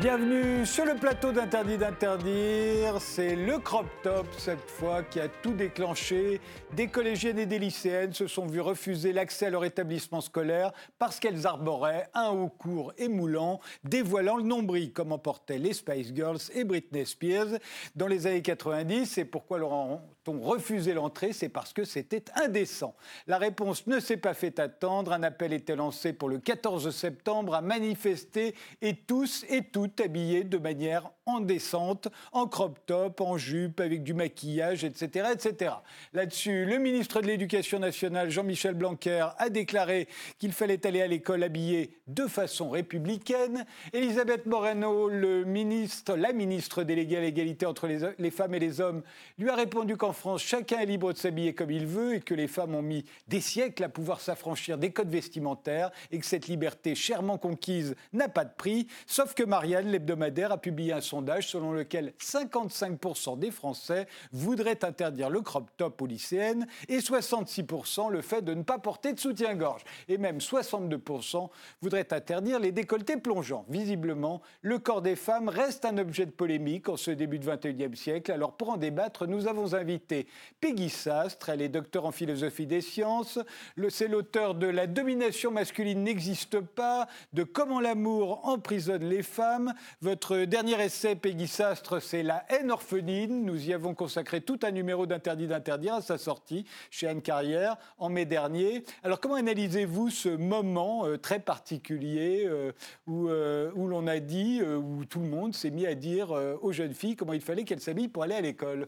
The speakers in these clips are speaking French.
Bienvenue sur le plateau d'Interdit d'interdire. C'est le crop top cette fois qui a tout déclenché. Des collégiennes et des lycéennes se sont vues refuser l'accès à leur établissement scolaire parce qu'elles arboraient un haut court émoulant dévoilant le nombril comme en portaient les Spice Girls et Britney Spears dans les années 90. Et pourquoi leur ont refusé l'entrée? C'est parce que c'était indécent. La réponse ne s'est pas fait attendre. Un appel était lancé pour le 14 septembre à manifester et tous et toutes habillés de manière indécente, en crop top, en jupe, avec du maquillage, etc., etc. Là-dessus, le ministre de l'Éducation nationale, Jean-Michel Blanquer, a déclaré qu'il fallait aller à l'école habillé de façon républicaine. Elisabeth Moreno, la ministre déléguée à l'égalité entre les femmes et les hommes, lui a répondu qu'en France, chacun est libre de s'habiller comme il veut et que les femmes ont mis des siècles à pouvoir s'affranchir des codes vestimentaires et que cette liberté chèrement conquise n'a pas de prix. Sauf que Marianne, l'hebdomadaire, a publié un sondage selon lequel 55% des Français voudraient interdire le crop top aux lycéennes et 66% le fait de ne pas porter de soutien-gorge. Et même 62% voudraient interdire les décolletés plongeants. Visiblement, le corps des femmes reste un objet de polémique en ce début du XXIe siècle. Alors pour en débattre, nous avons invité Peggy Sastre. Elle est docteure en philosophie des sciences. C'est l'auteur de La domination masculine n'existe pas, de Comment l'amour emprisonne les femmes. Votre dernier essai, Peggy Sastre, c'est La haine orpheline. Nous y avons consacré tout un numéro d'Interdit d'interdire à sa sortie chez Anne Carrière en mai dernier. Alors comment analysez-vous ce moment très particulier où l'on a dit, où tout le monde s'est mis à dire aux jeunes filles comment il fallait qu'elles s'habillent pour aller à l'école?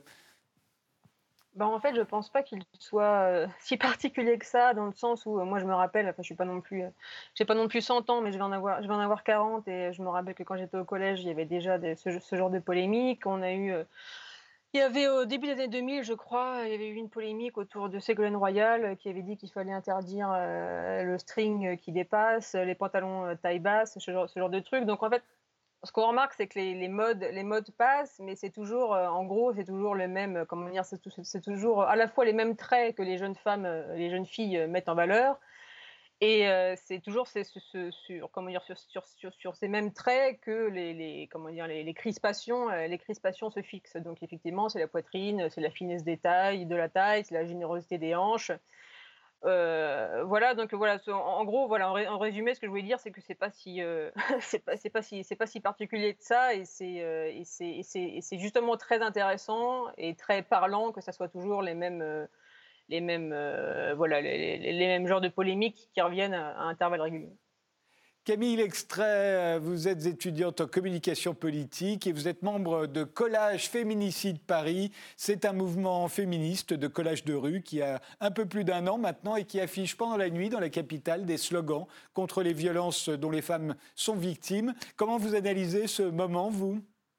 En fait, je pense pas qu'il soit, si particulier que ça, dans le sens où, moi je me rappelle, enfin je suis pas non plus, j'ai pas non plus 100 ans, mais je vais en avoir 40 et je me rappelle que quand j'étais au collège, il y avait déjà ce genre de polémique. Il y avait au début des années 2000, je crois, il y avait eu une polémique autour de Ségolène Royal, qui avait dit qu'il fallait interdire, le string, qui dépasse, les pantalons, taille basse, ce genre de trucs. Donc en fait, ce qu'on remarque, c'est que les modes passent, mais c'est toujours, en gros, c'est toujours le même, comment dire? C'est toujours à la fois les mêmes traits que les jeunes femmes, les jeunes filles, mettent en valeur et c'est toujours sur comment dire? Sur ces mêmes traits que les comment dire? Les crispations se fixent. Donc effectivement, c'est la poitrine, c'est la finesse des tailles de la taille, c'est la générosité des hanches. Voilà, donc voilà, en gros, voilà, en résumé, ce que je voulais dire, c'est que c'est pas si, c'est pas si particulier que ça et c'est justement très intéressant et très parlant que ça soit toujours voilà, les mêmes genres de polémiques qui reviennent à intervalles réguliers. Camille Extrait, vous êtes étudiante en communication politique et vous êtes membre de Collage Féminicide Paris. C'est un mouvement féministe de collage de rue qui a un peu plus d'un an maintenant et qui affiche pendant la nuit dans la capitale des slogans contre les violences dont les femmes sont victimes. Comment vous analysez ce moment, vous ?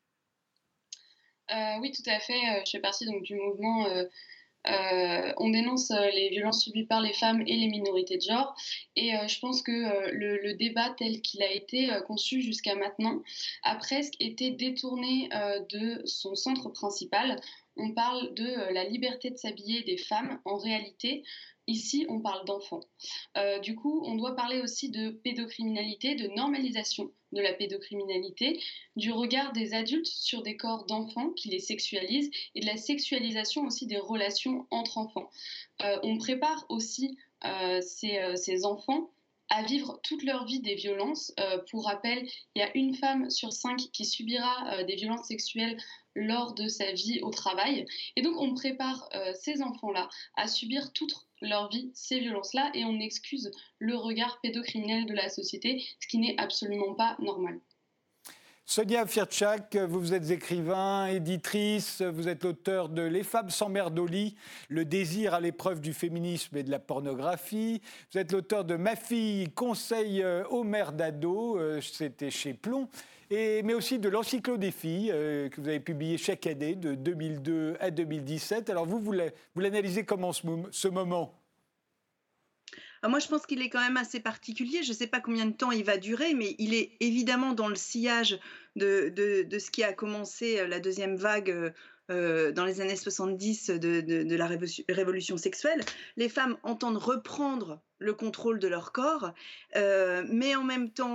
Oui, tout à fait. Je fais partie donc du mouvement. On dénonce les violences subies par les femmes et les minorités de genre. Et je pense que le débat tel qu'il a été conçu jusqu'à maintenant a presque été détourné de son centre principal. On parle de la liberté de s'habiller des femmes. En réalité, ici, on parle d'enfants. Du coup, on doit parler aussi de pédocriminalité, de normalisation de la pédocriminalité, du regard des adultes sur des corps d'enfants qui les sexualisent et de la sexualisation aussi des relations entre enfants. On prépare aussi ces enfants à vivre toute leur vie des violences. Pour rappel, il y a une femme sur 5 qui subira des violences sexuelles lors de sa vie au travail. Et donc, on prépare ces enfants-là à subir toute leur vie ces violences-là et on excuse le regard pédocriminel de la société, ce qui n'est absolument pas normal. Sonia Firtchak, vous êtes écrivain, éditrice, vous êtes l'auteur de Les femmes s'emmerdent au lit, le désir à l'épreuve du féminisme et de la pornographie. Vous êtes l'auteur de Ma fille conseille aux mères d'ados, c'était chez Plomb, mais aussi de l'Encyclo des filles, que vous avez publié chaque année de 2002 à 2017. Alors vous l'analysez comment ce moment ? Moi, je pense qu'il est quand même assez particulier. Je ne sais pas combien de temps il va durer, mais il est évidemment dans le sillage de ce qui a commencé la deuxième vague dans les années 70 de la révolution sexuelle. Les femmes entendent reprendre le contrôle de leur corps, mais en même temps,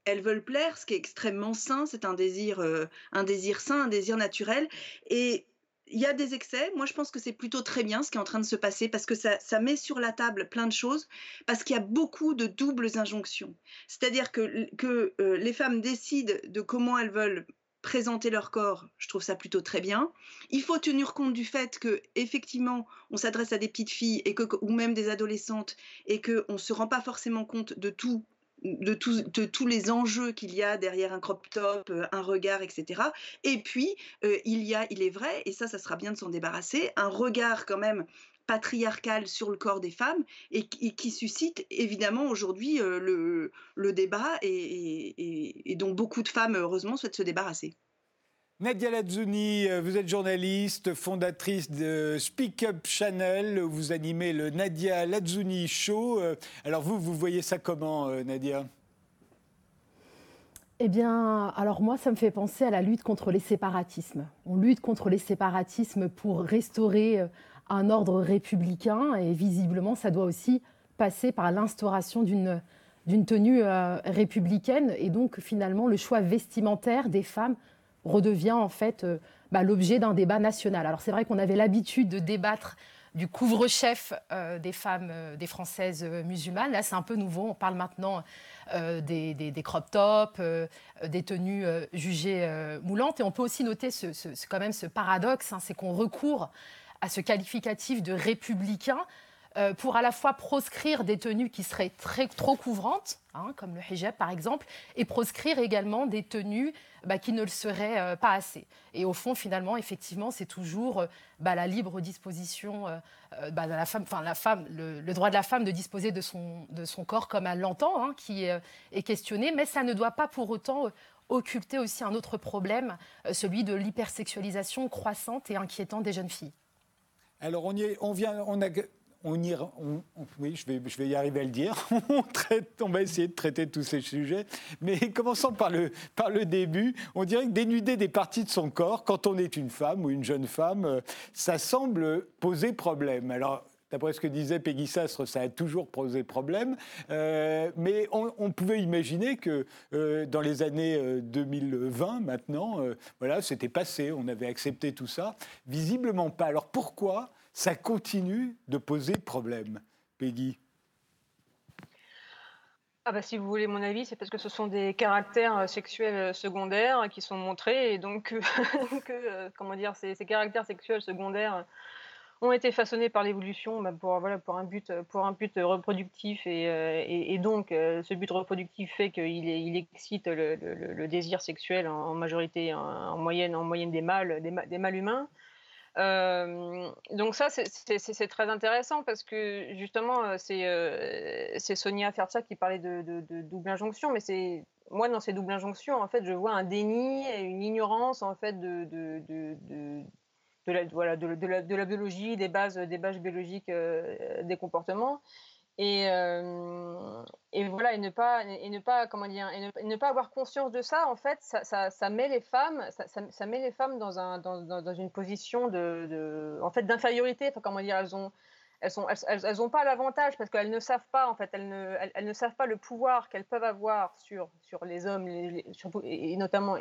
elles veulent plaire, ce qui est extrêmement sain, c'est un désir sain, un désir naturel. Et il y a des excès. Moi, je pense que c'est plutôt très bien ce qui est en train de se passer parce que ça met sur la table plein de choses, parce qu'il y a beaucoup de doubles injonctions. C'est-à-dire que les femmes décident de comment elles veulent présenter leur corps, je trouve ça plutôt très bien. Il faut tenir compte du fait que effectivement, on s'adresse à des petites filles ou même des adolescentes et qu'on ne se rend pas forcément compte de tous les enjeux qu'il y a derrière un crop top, un regard, etc. Et puis, il est vrai, et ça sera bien de s'en débarrasser, un regard quand même patriarcal sur le corps des femmes et qui suscite évidemment aujourd'hui le débat et dont beaucoup de femmes, heureusement, souhaitent se débarrasser. Nadia Lazzouni, vous êtes journaliste, fondatrice de Speak Up Channel, vous animez le Nadia Lazzouni Show. Alors vous voyez ça comment, Nadia ? Eh bien, alors moi, ça me fait penser à la lutte contre les séparatismes. On lutte contre les séparatismes pour restaurer un ordre républicain et visiblement, ça doit aussi passer par l'instauration d'une tenue républicaine et donc finalement le choix vestimentaire des femmes redevient en fait l'objet d'un débat national. Alors c'est vrai qu'on avait l'habitude de débattre du couvre-chef des femmes, des Françaises musulmanes. Là, c'est un peu nouveau. On parle maintenant des crop tops, des tenues jugées moulantes. Et on peut aussi noter quand même ce paradoxe, c'est qu'on recourt à ce qualificatif de républicain pour à la fois proscrire des tenues qui seraient trop couvrantes, comme le hijab par exemple, et proscrire également des tenues qui ne le seraient pas assez. Et au fond, finalement, effectivement, c'est toujours la libre disposition de la femme, le droit de la femme de disposer de son corps comme elle l'entend, qui est questionné, mais ça ne doit pas pour autant occulter aussi un autre problème, celui de l'hypersexualisation croissante et inquiétante des jeunes filles. Alors oui, je vais y arriver à le dire. On va essayer de traiter tous ces sujets. Mais commençons par le début. On dirait que dénuder des parties de son corps, quand on est une femme ou une jeune femme, ça semble poser problème. Alors, d'après ce que disait Peggy Sastre, ça a toujours posé problème. Mais on pouvait imaginer que dans les années 2020, maintenant, c'était passé. On avait accepté tout ça. Visiblement pas. Alors pourquoi ça continue de poser problème, Peggy? Si vous voulez mon avis, c'est parce que ce sont des caractères sexuels secondaires qui sont montrés et donc ces caractères sexuels secondaires ont été façonnés par l'évolution pour un but reproductif et donc ce but reproductif fait qu'il excite le désir sexuel en majorité, en moyenne des mâles humains. Donc ça, c'est très intéressant parce que justement, c'est Sonia Fertia qui parlait de double injonction, mais moi, dans ces doubles injonctions, en fait, je vois un déni et une ignorance, en fait, de la biologie, des bases biologiques des comportements. Et ne pas avoir conscience de ça, en fait, ça met les femmes, ça met les femmes dans une position d'infériorité. Elles ont pas l'avantage parce qu'elles ne savent pas, en fait, elles ne savent pas le pouvoir qu'elles peuvent avoir sur les hommes, et notamment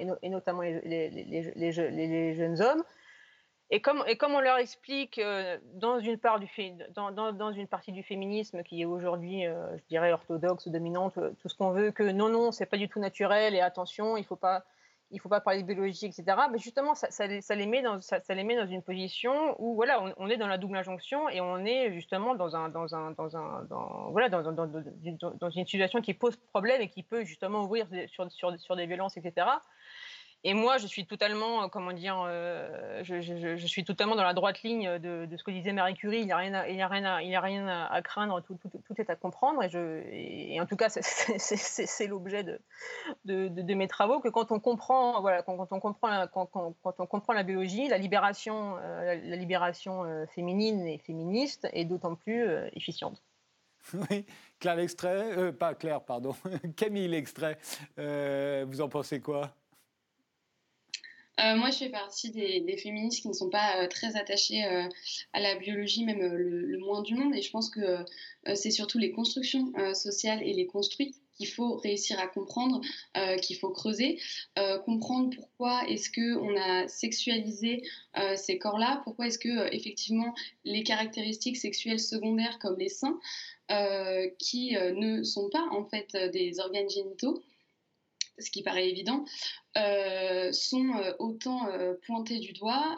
les jeunes hommes. Et comme on leur explique dans une partie du féminisme qui est aujourd'hui, je dirais, orthodoxe, dominante, tout ce qu'on veut, que non, c'est pas du tout naturel et attention, il faut pas parler de biologie, etc. Mais justement, ça les met dans une position où voilà, on est dans la double injonction et on est justement dans une situation qui pose problème et qui peut justement ouvrir sur des violences, etc. Et moi, je suis totalement, je suis totalement dans la droite ligne de ce que disait Marie Curie. Il n'y a rien à craindre, tout est à comprendre. Et en tout cas, c'est l'objet de mes travaux, que quand on comprend, quand on comprend la biologie, la libération féminine et féministe est d'autant plus efficiente. Oui, Claire l'extrait, pas Claire, pardon, Camille l'extrait. Vous en pensez quoi ? Moi, je fais partie des féministes qui ne sont pas très attachées à la biologie, même le moins du monde. Et je pense que c'est surtout les constructions sociales et les construits qu'il faut réussir à comprendre, qu'il faut creuser, comprendre pourquoi est-ce qu'on a sexualisé ces corps-là, pourquoi est-ce que effectivement les caractéristiques sexuelles secondaires comme les seins, qui ne sont pas en fait des organes génitaux, ce qui paraît évident, sont autant pointés du doigt.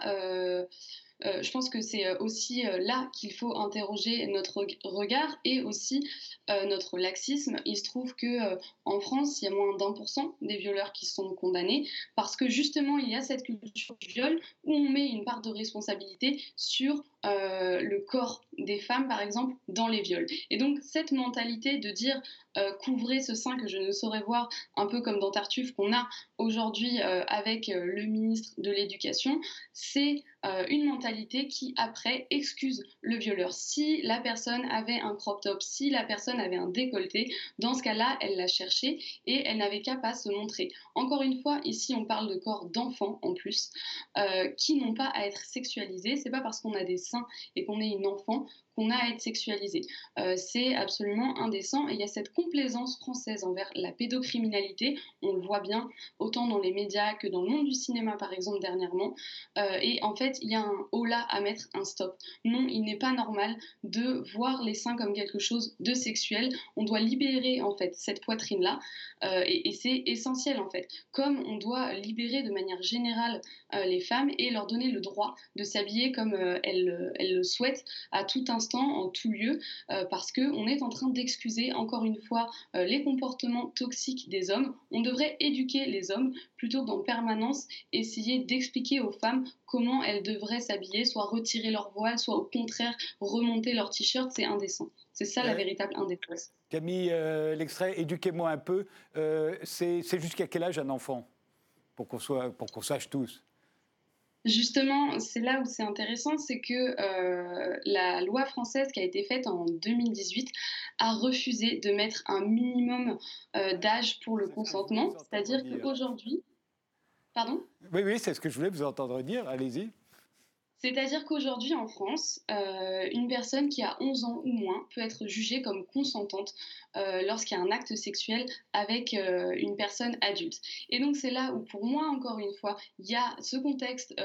Je pense que c'est aussi là qu'il faut interroger notre regard et aussi notre laxisme. Il se trouve que en France, il y a moins d'1% des violeurs qui sont condamnés parce que justement, il y a cette culture du viol où on met une part de responsabilité sur le corps des femmes, par exemple, dans les viols. Et donc, cette mentalité de dire couvrez ce sein que je ne saurais voir, un peu comme dans Tartuffe qu'on a aujourd'hui avec le ministre de l'Éducation, c'est une mentalité qui, après, excuse le violeur. Si la personne avait un crop top, si la personne avait un décolleté, dans ce cas-là, elle l'a cherché et elle n'avait qu'à pas se montrer. Encore une fois, ici, on parle de corps d'enfants, en plus, qui n'ont pas à être sexualisés. C'est pas parce qu'on a des seins et qu'on est une enfant qu'on a à être sexualisé. C'est absolument indécent et il y a cette complaisance française envers la pédocriminalité, on le voit bien, autant dans les médias que dans le monde du cinéma, par exemple, dernièrement. Et en fait, il y a un holà à mettre, un stop. Non, il n'est pas normal de voir les seins comme quelque chose de sexuel. On doit libérer, en fait, cette poitrine-là. Et c'est essentiel, en fait. Comme on doit libérer de manière générale les femmes et leur donner le droit de s'habiller comme elles le souhaitent à tout instant, en tout lieu, parce qu'on est en train d'excuser, encore une fois, les comportements toxiques des hommes. On devrait éduquer les hommes plutôt que d'en permanence essayer d'expliquer aux femmes comment elles devraient s'habiller, soit retirer leur voile, soit au contraire remonter leur t-shirt. C'est indécent. C'est ça la véritable indécence. Camille, l'extrait, éduquez-moi un peu. C'est jusqu'à quel âge un enfant pour qu'on sache tous? Justement, c'est là où c'est intéressant, c'est que la loi française qui a été faite en 2018 a refusé de mettre un minimum d'âge pour le consentement, c'est-à-dire qu'aujourd'hui... Pardon ? Oui, c'est ce que je voulais vous entendre dire, allez-y. C'est-à-dire qu'aujourd'hui, en France, une personne qui a 11 ans ou moins peut être jugée comme consentante lorsqu'il y a un acte sexuel avec une personne adulte. Et donc, c'est là où, pour moi, encore une fois, il y a ce contexte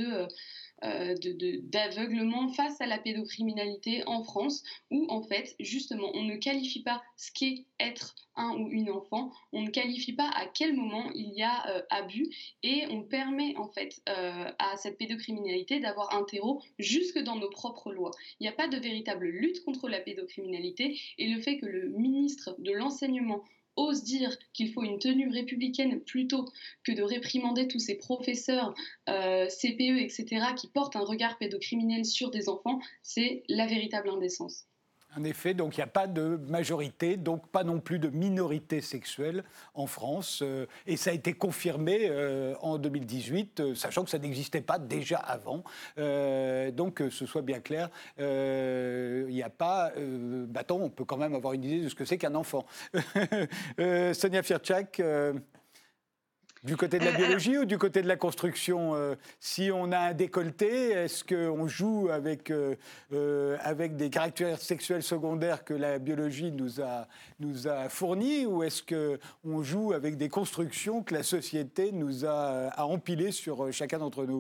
d'aveuglement face à la pédocriminalité en France, où en fait, justement, on ne qualifie pas ce qu'est être un ou une enfant, on ne qualifie pas à quel moment il y a abus, et on permet en fait à cette pédocriminalité d'avoir un terreau jusque dans nos propres lois. Il n'y a pas de véritable lutte contre la pédocriminalité, et le fait que le ministre de l'Enseignement ose dire qu'il faut une tenue républicaine plutôt que de réprimander tous ces professeurs, CPE, etc., qui portent un regard pédocriminel sur des enfants, c'est la véritable indécence. En effet, donc il n'y a pas de majorité, donc pas non plus de minorité sexuelle en France. Et ça a été confirmé en 2018, sachant que ça n'existait pas déjà avant. Donc, que ce soit bien clair, il n'y a pas... on peut quand même avoir une idée de ce que c'est qu'un enfant. Sonia Firtchak, du côté de la biologie ou du côté de la construction, si on a un décolleté, est-ce qu'on joue avec des caractères sexuels secondaires que la biologie nous a fournis, ou est-ce qu'on joue avec des constructions que la société nous a empilées sur chacun d'entre nous ?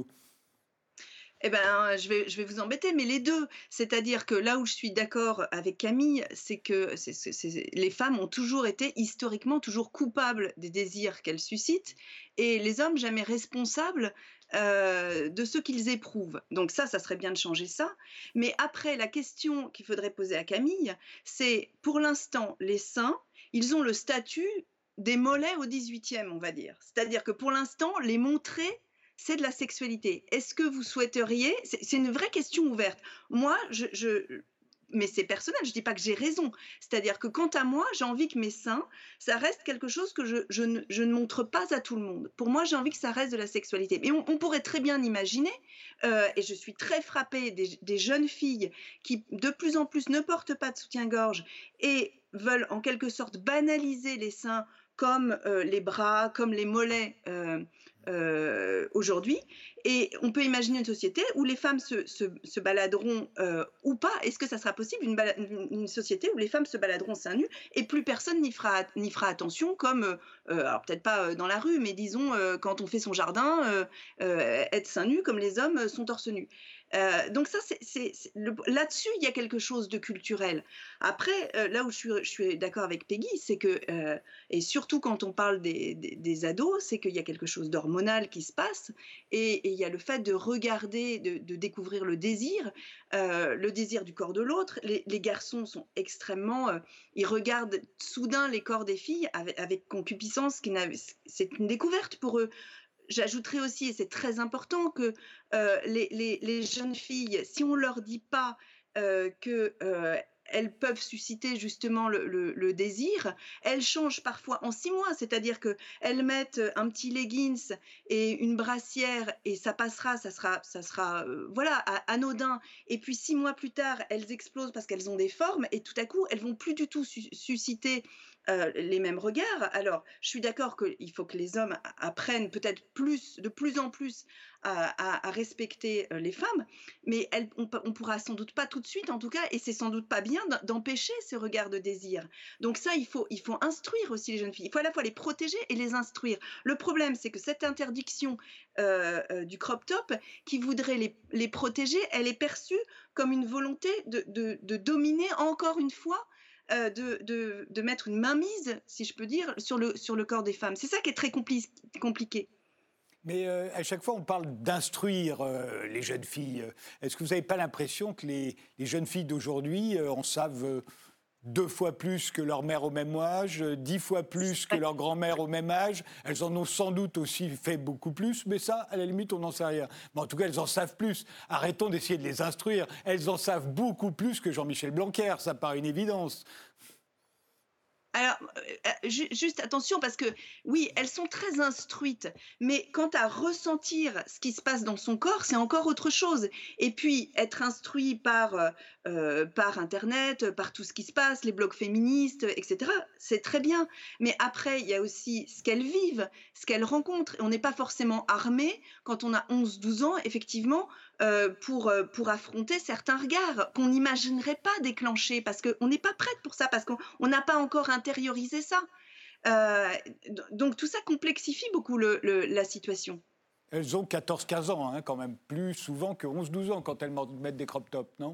Eh ben, je vais vous embêter, mais les deux. C'est-à-dire que là où je suis d'accord avec Camille, c'est que les femmes ont toujours été historiquement toujours coupables des désirs qu'elles suscitent, et les hommes jamais responsables de ce qu'ils éprouvent. Donc ça serait bien de changer ça. Mais après, la question qu'il faudrait poser à Camille, c'est pour l'instant, les seins, ils ont le statut des mollets au 18e, on va dire. C'est-à-dire que pour l'instant, les montrer, c'est de la sexualité. Est-ce que vous souhaiteriez... C'est une vraie question ouverte. Moi, mais c'est personnel, je ne dis pas que j'ai raison. C'est-à-dire que quant à moi, j'ai envie que mes seins, ça reste quelque chose que je ne montre pas à tout le monde. Pour moi, j'ai envie que ça reste de la sexualité. Mais on pourrait très bien imaginer, et je suis très frappée des jeunes filles qui de plus en plus ne portent pas de soutien-gorge et veulent en quelque sorte banaliser les seins comme les bras, comme les mollets aujourd'hui. Et on peut imaginer une société où les femmes se baladeront ou pas. Est-ce que ça sera possible, une société où les femmes se baladeront seins nus et plus personne n'y fera attention, comme, alors peut-être pas dans la rue, mais disons quand on fait son jardin, être seins nus comme les hommes sont torse nu. Donc ça, là-dessus, il y a quelque chose de culturel. Après, là où je suis d'accord avec Peggy, c'est que, et surtout quand on parle des ados, c'est qu'il y a quelque chose d'hormonal qui se passe, et il y a le fait de regarder, de découvrir le désir du corps de l'autre. Les garçons sont extrêmement... ils regardent soudain les corps des filles avec concupiscence, c'est une découverte pour eux. J'ajouterais aussi, et c'est très important, que les jeunes filles, si on ne leur dit pas qu'elles peuvent susciter justement le désir, elles changent parfois en 6 mois, c'est-à-dire qu'elles mettent un petit leggings et une brassière et ça passera, ça sera voilà, anodin, et puis 6 mois plus tard, elles explosent parce qu'elles ont des formes et tout à coup, elles ne vont plus du tout susciter les mêmes regards. Alors, je suis d'accord qu'il faut que les hommes apprennent peut-être de plus en plus à respecter les femmes, mais on pourra sans doute pas tout de suite, en tout cas, et c'est sans doute pas bien d'empêcher ce regard de désir. Donc ça, il faut instruire aussi les jeunes filles. Il faut à la fois les protéger et les instruire. Le problème, c'est que cette interdiction du crop top, qui voudrait les protéger, elle est perçue comme une volonté de dominer encore une fois, de mettre une mainmise, si je peux dire, sur le corps des femmes. C'est ça qui est très compliqué. Mais à chaque fois, on parle d'instruire les jeunes filles. Est-ce que vous n'avez pas l'impression que les jeunes filles d'aujourd'hui en savent 2 fois plus que leur mère au même âge, 10 fois plus que leur grand-mère au même âge? Elles en ont sans doute aussi fait beaucoup plus, mais ça, à la limite, on n'en sait rien. Mais en tout cas, elles en savent plus. Arrêtons d'essayer de les instruire. Elles en savent beaucoup plus que Jean-Michel Blanquer, ça paraît une évidence. Alors, juste attention, parce que oui, elles sont très instruites, mais quant à ressentir ce qui se passe dans son corps, c'est encore autre chose. Et puis, être instruit par Internet, par tout ce qui se passe, les blogs féministes, etc., c'est très bien. Mais après, il y a aussi ce qu'elles vivent, ce qu'elles rencontrent. Et on n'est pas forcément armé, quand on a 11-12 ans, effectivement, pour affronter certains regards qu'on n'imaginerait pas déclencher, parce qu'on n'est pas prête pour ça, parce qu'on n'a pas encore intériorisé ça. Donc tout ça complexifie beaucoup la situation. Elles ont 14-15 ans, hein, quand même, plus souvent que 11-12 ans quand elles mettent des crop tops, non?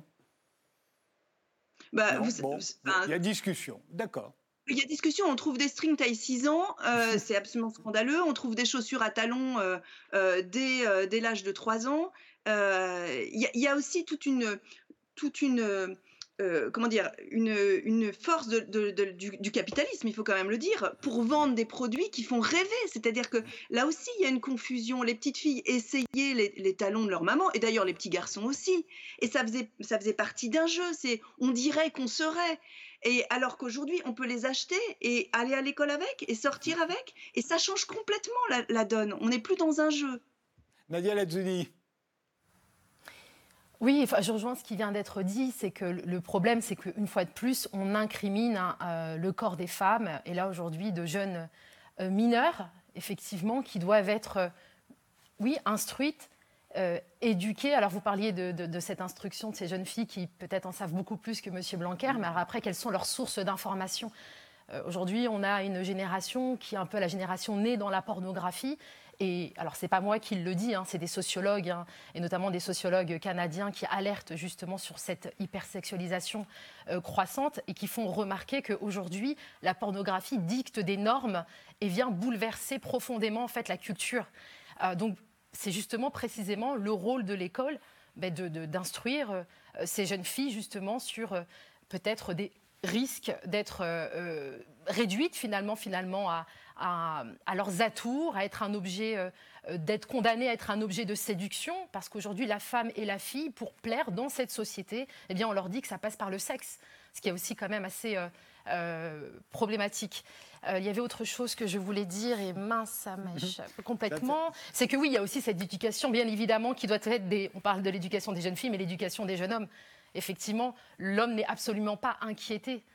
Non, il y a discussion, d'accord. Il y a discussion, on trouve des strings taille 6 ans, c'est absolument scandaleux. On trouve des chaussures à talons dès l'âge de 3 ans. Il y a aussi toute une comment dire, une force du capitalisme, il faut quand même le dire, pour vendre des produits qui font rêver. C'est-à-dire que là aussi, il y a une confusion. Les petites filles essayaient les talons de leur maman, et d'ailleurs les petits garçons aussi. Et ça faisait partie d'un jeu. On dirait qu'on serait. Et alors qu'aujourd'hui, on peut les acheter et aller à l'école avec et sortir avec. Et ça change complètement la donne. On n'est plus dans un jeu. Nadia Lazzouni. Oui, enfin, je rejoins ce qui vient d'être dit, c'est que le problème, c'est qu'une fois de plus, on incrimine le corps des femmes, et là aujourd'hui de jeunes mineurs, effectivement, qui doivent être, instruites, éduquées. Alors vous parliez de cette instruction de ces jeunes filles qui peut-être en savent beaucoup plus que M. Blanquer, mais alors après, quelles sont leurs sources d'information ? Aujourd'hui, on a une génération qui est un peu la génération née dans la pornographie. Et alors, ce n'est pas moi qui le dis, c'est des sociologues, et notamment des sociologues canadiens qui alertent justement sur cette hypersexualisation croissante et qui font remarquer qu'aujourd'hui, la pornographie dicte des normes et vient bouleverser profondément en fait, la culture. Donc, c'est justement précisément le rôle de l'école d'instruire ces jeunes filles justement sur peut-être des risquent d'être réduites finalement à leurs atours, à être un objet, d'être condamnées à être un objet de séduction, parce qu'aujourd'hui la femme et la fille, pour plaire dans cette société, eh bien on leur dit que ça passe par le sexe, ce qui est aussi quand même assez problématique. Il y avait autre chose que je voulais dire et mince, ça m'échappe complètement. C'est que oui, il y a aussi cette éducation, bien évidemment, qui doit être on parle de l'éducation des jeunes filles, mais l'éducation des jeunes hommes. Effectivement, l'homme n'est absolument pas inquiété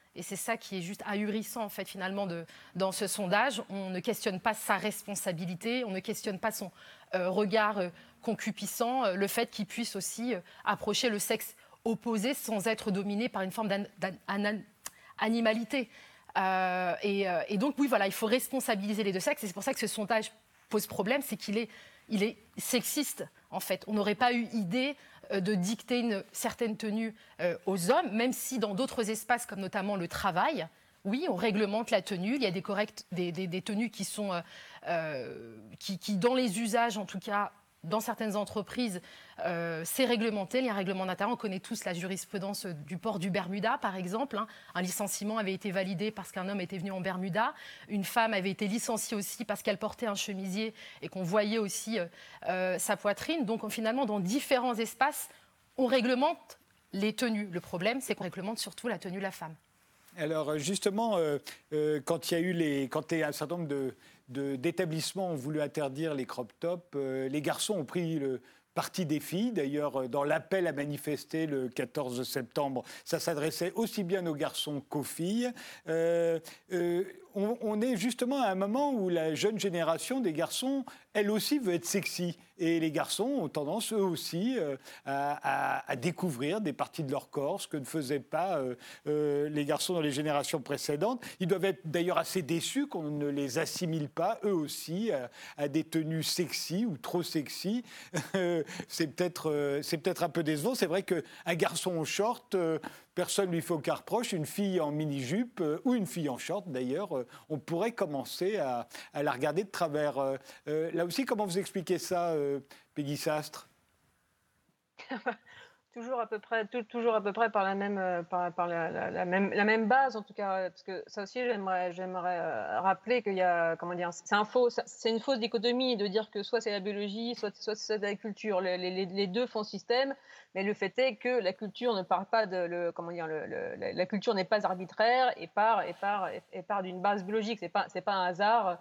Et c'est ça qui est juste ahurissant, en fait, finalement, dans ce sondage. On ne questionne pas sa responsabilité, on ne questionne pas son regard concupiscent, le fait qu'il puisse aussi approcher le sexe opposé sans être dominé par une forme d'animalité. Et donc, oui, voilà, il faut responsabiliser les deux sexes. Et c'est pour ça que ce sondage pose problème, c'est qu'il est sexiste, en fait. On n'aurait pas eu idée de dicter une certaine tenue aux hommes, même si dans d'autres espaces, comme notamment le travail, oui, on réglemente la tenue. Il y a des tenues qui sont, qui, dans les usages, en tout cas, dans certaines entreprises, c'est réglementé. Il y a un règlement d'intérieur. On connaît tous la jurisprudence du port du Bermuda, par exemple. Un licenciement avait été validé parce qu'un homme était venu en Bermuda. Une femme avait été licenciée aussi parce qu'elle portait un chemisier et qu'on voyait aussi sa poitrine. Donc, finalement, dans différents espaces, on réglemente les tenues. Le problème, c'est qu'on réglemente surtout la tenue de la femme. Alors, justement, quand un certain nombre d'établissements ont voulu interdire les crop tops, les garçons ont pris le parti des filles. D'ailleurs, dans l'appel à manifester le 14 septembre, ça s'adressait aussi bien aux garçons qu'aux filles. On est justement à un moment où la jeune génération des garçons, elle aussi, veut être sexy. Et les garçons ont tendance, eux aussi, à découvrir des parties de leur corps, ce que ne faisaient pas les garçons dans les générations précédentes. Ils doivent être d'ailleurs assez déçus qu'on ne les assimile pas, eux aussi, à des tenues sexy ou trop sexy. C'est peut-être un peu décevant. C'est vrai qu'un garçon en short, personne ne lui fait aucun reproche. Une fille en mini-jupe ou une fille en short, d'ailleurs, on pourrait commencer à la regarder de travers. Là aussi, comment vous expliquez ça, Peggy Sastre? Toujours à peu près par la même, la même base, en tout cas. Parce que ça aussi, j'aimerais rappeler qu'il y a, comment dire, c'est une fausse dichotomie de dire que soit c'est la biologie, soit c'est la culture. Les deux font système, mais le fait est que la culture ne part pas la culture n'est pas arbitraire et part d'une base biologique. C'est pas un hasard.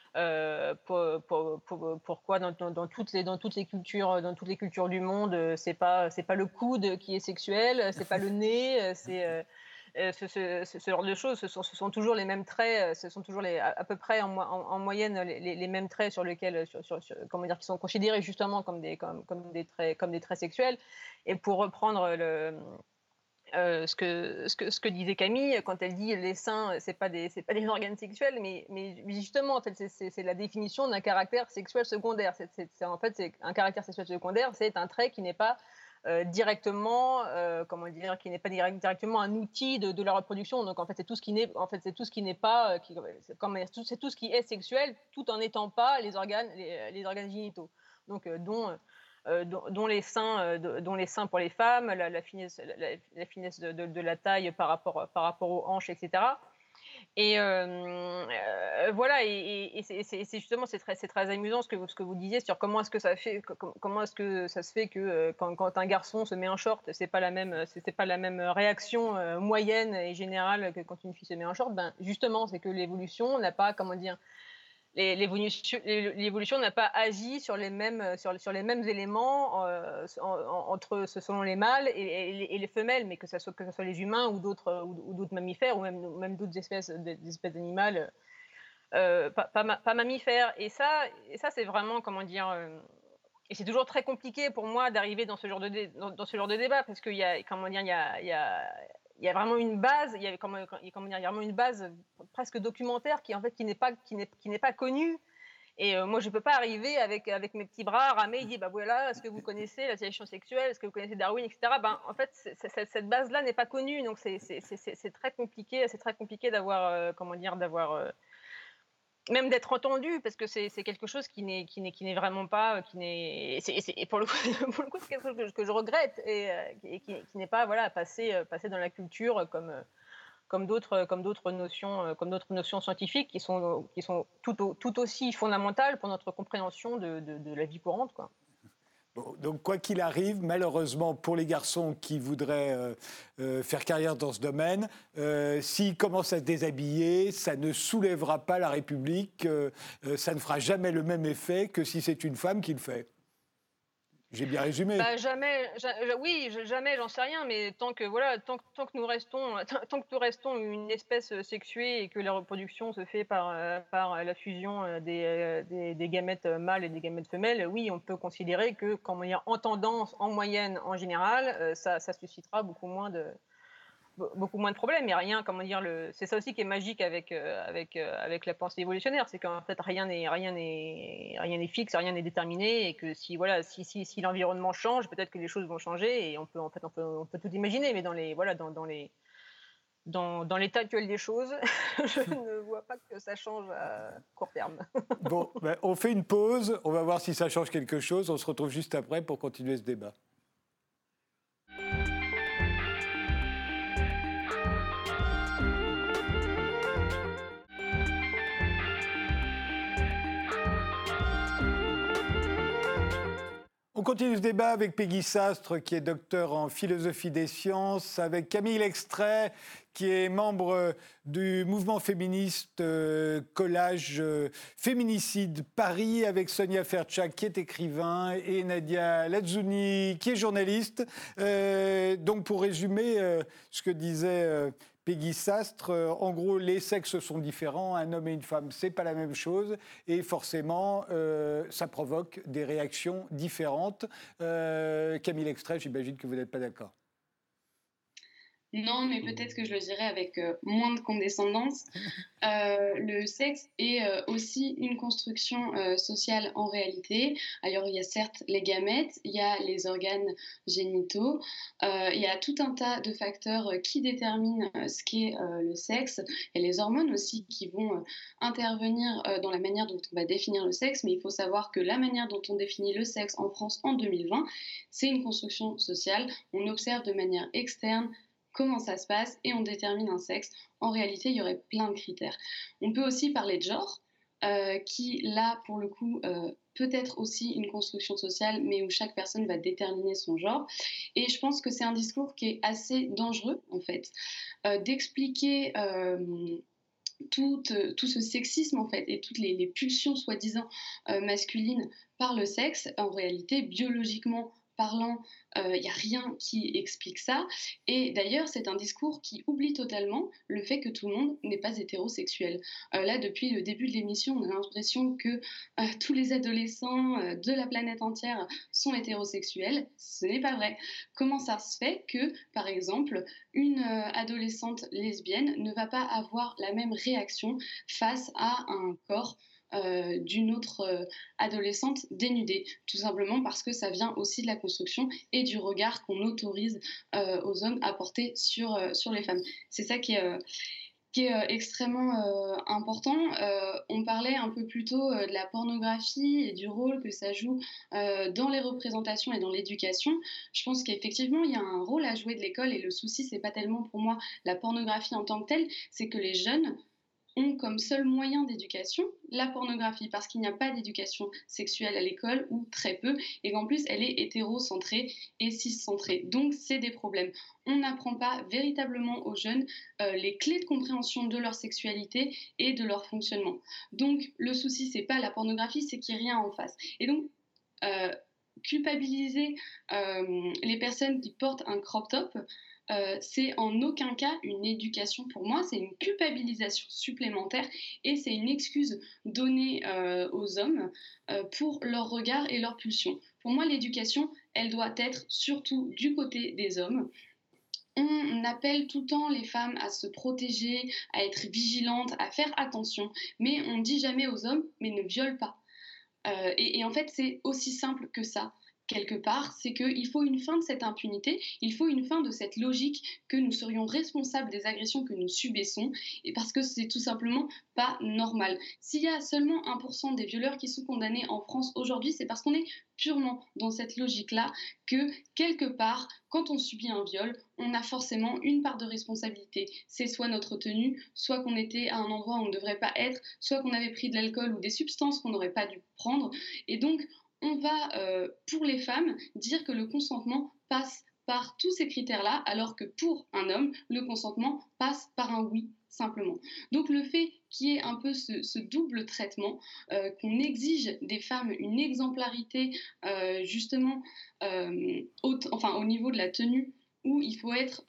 Pourquoi dans toutes les cultures du monde, c'est pas le coude qui est sexuel, c'est pas le nez, c'est ce genre de choses. Ce sont toujours les mêmes traits, ce sont toujours à peu près en moyenne les mêmes traits sur lesquels comment dire, qui sont considérés justement comme des traits sexuels. Et pour reprendre ce que disait Camille quand elle dit les seins, c'est pas des organes sexuels, mais justement, en fait, c'est la définition d'un caractère sexuel secondaire. En fait, c'est un caractère sexuel secondaire, c'est un trait qui n'est pas directement, qui n'est pas directement un outil de la reproduction. Donc en fait, c'est tout ce qui n'est pas, c'est tout ce qui est sexuel, tout en n'étant pas les organes génitaux. Donc dont les seins pour les femmes, la finesse de la taille par rapport aux hanches, etc. Et voilà, et c'est justement c'est très amusant ce que vous disiez sur comment est-ce que ça se fait que quand un garçon se met en short, c'est pas la même réaction moyenne et générale que quand une fille se met en short. Ben justement, c'est que l'évolution n'a pas, comment dire, l'évolution n'a pas agi sur les mêmes éléments selon les mâles et les femelles, mais que ce soit les humains ou d'autres mammifères ou même d'autres espèces animales pas mammifères. Et ça c'est vraiment, comment dire, et c'est toujours très compliqué pour moi d'arriver dans ce genre de débat, parce qu'il y a, comment dire, il y a vraiment une base, il y a vraiment une base presque documentaire qui n'est pas connue. Et moi, je ne peux pas arriver avec mes petits bras ramer et dire, bah voilà, est-ce que vous connaissez la sélection sexuelle, est-ce que vous connaissez Darwin, etc. Ben, en fait, cette base-là n'est pas connue, donc c'est très compliqué, d'avoir, même d'être entendu, parce que c'est quelque chose qui n'est vraiment pas, et pour le coup c'est quelque chose que je regrette et qui n'est pas, voilà, passé dans la culture comme d'autres notions scientifiques qui sont tout aussi fondamentales pour notre compréhension de la vie courante, quoi. Bon, donc, quoi qu'il arrive, malheureusement, pour les garçons qui voudraient faire carrière dans ce domaine, s'ils commencent à se déshabiller, ça ne soulèvera pas la République, ça ne fera jamais le même effet que si c'est une femme qui le fait. J'ai bien résumé. Bah, oui, jamais, j'en sais rien, mais tant que nous restons une espèce sexuée et que la reproduction se fait par la fusion des gamètes mâles et des gamètes femelles, oui, on peut considérer que, comment dire, en tendance, en moyenne, en général, ça suscitera beaucoup moins de problèmes. Et rien, comment dire, c'est ça aussi qui est magique avec la pensée évolutionnaire, c'est qu'en fait rien n'est fixe, rien n'est déterminé, et que si l'environnement change, peut-être que les choses vont changer, et on peut tout imaginer, mais dans l'état actuel des choses, je ne vois pas que ça change à court terme. Bon, on fait une pause, on va voir si ça change quelque chose. On se retrouve juste après pour continuer ce débat. On continue ce débat avec Peggy Sastre, qui est docteur en philosophie des sciences, avec Camille L'extrait, qui est membre du mouvement féministe Collage Féminicide Paris, avec Sonia Fertchak, qui est écrivain, et Nadia Lazzouni, qui est journaliste. Donc, pour résumer ce que disait Peggy Sastre, en gros, les sexes sont différents. Un homme et une femme, c'est pas la même chose. Et forcément, ça provoque des réactions différentes. Camille L'extrait, j'imagine que vous n'êtes pas d'accord. Non, mais peut-être que je le dirais avec moins de condescendance. Le sexe est aussi une construction sociale en réalité. Alors, il y a certes les gamètes, il y a les organes génitaux, il y a tout un tas de facteurs qui déterminent ce qu'est le sexe. Il y a les hormones aussi qui vont intervenir dans la manière dont on va définir le sexe, mais il faut savoir que la manière dont on définit le sexe en France en 2020, c'est une construction sociale. On observe de manière externe comment ça se passe et on détermine un sexe. En réalité, il y aurait plein de critères. On peut aussi parler de genre, qui là, pour le coup, peut être aussi une construction sociale, mais où chaque personne va déterminer son genre. Et je pense que c'est un discours qui est assez dangereux, en fait, d'expliquer tout ce sexisme, en fait, et toutes les pulsions soi-disant masculines par le sexe. En réalité, biologiquement parlant, il n'y a rien qui explique ça. Et d'ailleurs, c'est un discours qui oublie totalement le fait que tout le monde n'est pas hétérosexuel. Là, depuis le début de l'émission, on a l'impression que tous les adolescents de la planète entière sont hétérosexuels. Ce n'est pas vrai. Comment ça se fait que, par exemple, une adolescente lesbienne ne va pas avoir la même réaction face à un corps d'une autre adolescente dénudée, tout simplement parce que ça vient aussi de la construction et du regard qu'on autorise aux hommes à porter sur les femmes. C'est ça qui est extrêmement important. On parlait un peu plus tôt de la pornographie et du rôle que ça joue dans les représentations et dans l'éducation. Je pense qu'effectivement, il y a un rôle à jouer de l'école, et le souci, c'est pas tellement pour moi la pornographie en tant que telle, c'est que les jeunes ont comme seul moyen d'éducation la pornographie, parce qu'il n'y a pas d'éducation sexuelle à l'école, ou très peu, et qu'en plus elle est hétérocentrée et ciscentrée. Donc c'est des problèmes. On n'apprend pas véritablement aux jeunes les clés de compréhension de leur sexualité et de leur fonctionnement. Donc le souci, c'est pas la pornographie, c'est qu'il n'y a rien en face. Et donc culpabiliser les personnes qui portent un crop top, c'est en aucun cas une éducation pour moi, c'est une culpabilisation supplémentaire, et c'est une excuse donnée aux hommes pour leur regard et leur pulsion. Pour moi, l'éducation, elle doit être surtout du côté des hommes. On appelle tout le temps les femmes à se protéger, à être vigilantes, à faire attention, mais on ne dit jamais aux hommes, mais ne viole pas. Et en fait, c'est aussi simple que ça. Quelque part, c'est qu'il faut une fin de cette impunité, il faut une fin de cette logique que nous serions responsables des agressions que nous subissons, et parce que c'est tout simplement pas normal. S'il y a seulement 1% des violeurs qui sont condamnés en France aujourd'hui, c'est parce qu'on est purement dans cette logique-là, que quelque part, quand on subit un viol, on a forcément une part de responsabilité. C'est soit notre tenue, soit qu'on était à un endroit où on ne devrait pas être, soit qu'on avait pris de l'alcool ou des substances qu'on n'aurait pas dû prendre, et donc on va, pour les femmes, dire que le consentement passe par tous ces critères-là, alors que pour un homme, le consentement passe par un oui. simplement. Donc le fait qu'il y ait un peu ce double traitement, qu'on exige des femmes une exemplarité justement au niveau de la tenue, où il faut être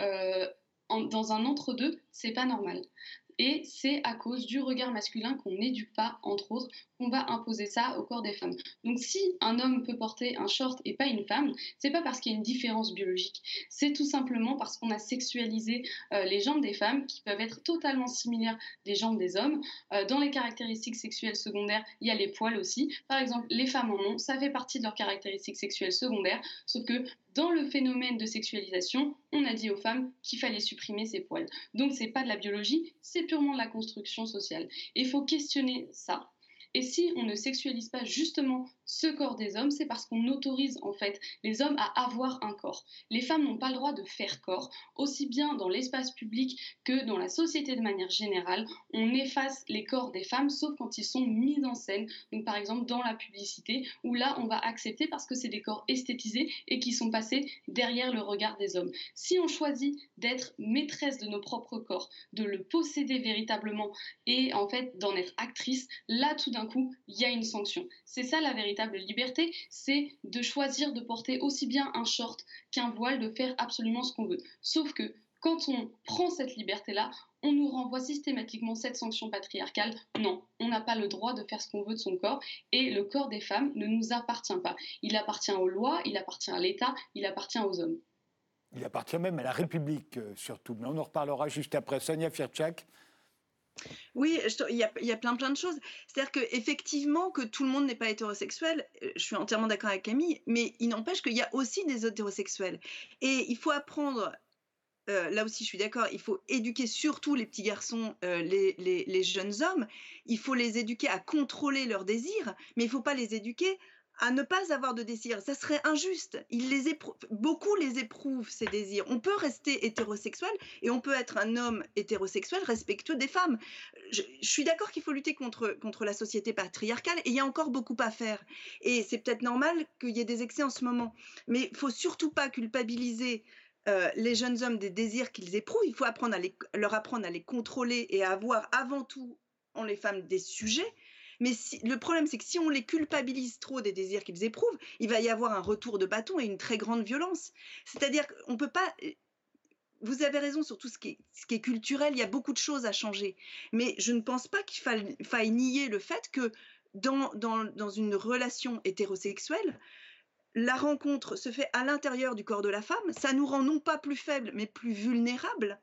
dans un entre-deux, c'est pas normal. Et c'est à cause du regard masculin qu'on n'éduque pas, entre autres, qu'on va imposer ça au corps des femmes. Donc si un homme peut porter un short et pas une femme, c'est pas parce qu'il y a une différence biologique, c'est tout simplement parce qu'on a sexualisé les jambes des femmes, qui peuvent être totalement similaires des jambes des hommes. Dans les caractéristiques sexuelles secondaires, il y a les poils aussi. Par exemple, les femmes en ont, ça fait partie de leurs caractéristiques sexuelles secondaires, sauf que dans le phénomène de sexualisation, on a dit aux femmes qu'il fallait supprimer ces poils. Donc c'est pas de la biologie, c'est purement de la construction sociale. Et il faut questionner ça. Et si on ne sexualise pas justement ce corps des hommes, c'est parce qu'on autorise en fait les hommes à avoir un corps. Les femmes n'ont pas le droit de faire corps, aussi bien dans l'espace public que dans la société de manière générale. On efface les corps des femmes, sauf quand ils sont mis en scène, donc par exemple dans la publicité, où là on va accepter parce que c'est des corps esthétisés et qui sont passés derrière le regard des hommes. Si on choisit d'être maîtresse de nos propres corps, de le posséder véritablement et en fait d'en être actrice, là tout d'un coup il y a une sanction. C'est ça la véritable liberté, c'est de choisir de porter aussi bien un short qu'un voile, de faire absolument ce qu'on veut. Sauf que quand on prend cette liberté-là, on nous renvoie systématiquement cette sanction patriarcale. Non, on n'a pas le droit de faire ce qu'on veut de son corps, et le corps des femmes ne nous appartient pas. Il appartient aux lois, il appartient à l'État, il appartient aux hommes. Il appartient même à la République, surtout. Mais on en reparlera juste après. Sonia Firtchak. Oui, il y a plein de choses. C'est-à-dire qu'effectivement, que tout le monde n'est pas hétérosexuel, je suis entièrement d'accord avec Camille, mais il n'empêche qu'il y a aussi des hétérosexuels. Et il faut apprendre, là aussi je suis d'accord, il faut éduquer surtout les petits garçons, les jeunes hommes, il faut les éduquer à contrôler leurs désirs, mais il ne faut pas les éduquer à ne pas avoir de désir. Ça serait injuste. Beaucoup les éprouvent, ces désirs. On peut rester hétérosexuel et on peut être un homme hétérosexuel respectueux des femmes. Je suis d'accord qu'il faut lutter contre la société patriarcale, et il y a encore beaucoup à faire. Et c'est peut-être normal qu'il y ait des excès en ce moment. Mais il ne faut surtout pas culpabiliser les jeunes hommes des désirs qu'ils éprouvent. Il faut leur apprendre à les contrôler et à avoir avant tout en les femmes des sujets. Mais le problème, c'est que si on les culpabilise trop des désirs qu'ils éprouvent, il va y avoir un retour de bâton et une très grande violence. C'est-à-dire qu'on ne peut pas... Vous avez raison sur tout ce qui est culturel, il y a beaucoup de choses à changer. Mais je ne pense pas qu'il faille nier le fait que dans une relation hétérosexuelle, la rencontre se fait à l'intérieur du corps de la femme. Ça nous rend non pas plus faibles, mais plus vulnérables.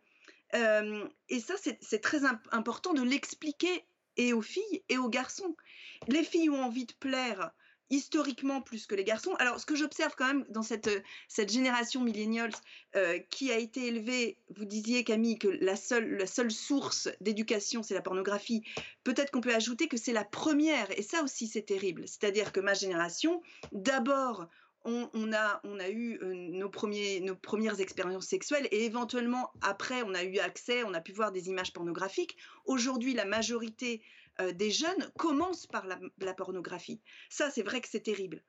Et ça, c'est très important de l'expliquer et aux filles et aux garçons. Les filles ont envie de plaire historiquement plus que les garçons. Alors, ce que j'observe quand même dans cette génération millennials qui a été élevée, vous disiez Camille que la seule source d'éducation, c'est la pornographie. Peut-être qu'on peut ajouter que c'est la première, et ça aussi c'est terrible. C'est-à-dire que ma génération, d'abord, on a eu nos premières expériences sexuelles, et éventuellement après on a eu accès, on a pu voir des images pornographiques. Aujourd'hui, la majorité des jeunes commencent par la pornographie. Ça, c'est vrai que c'est terrible.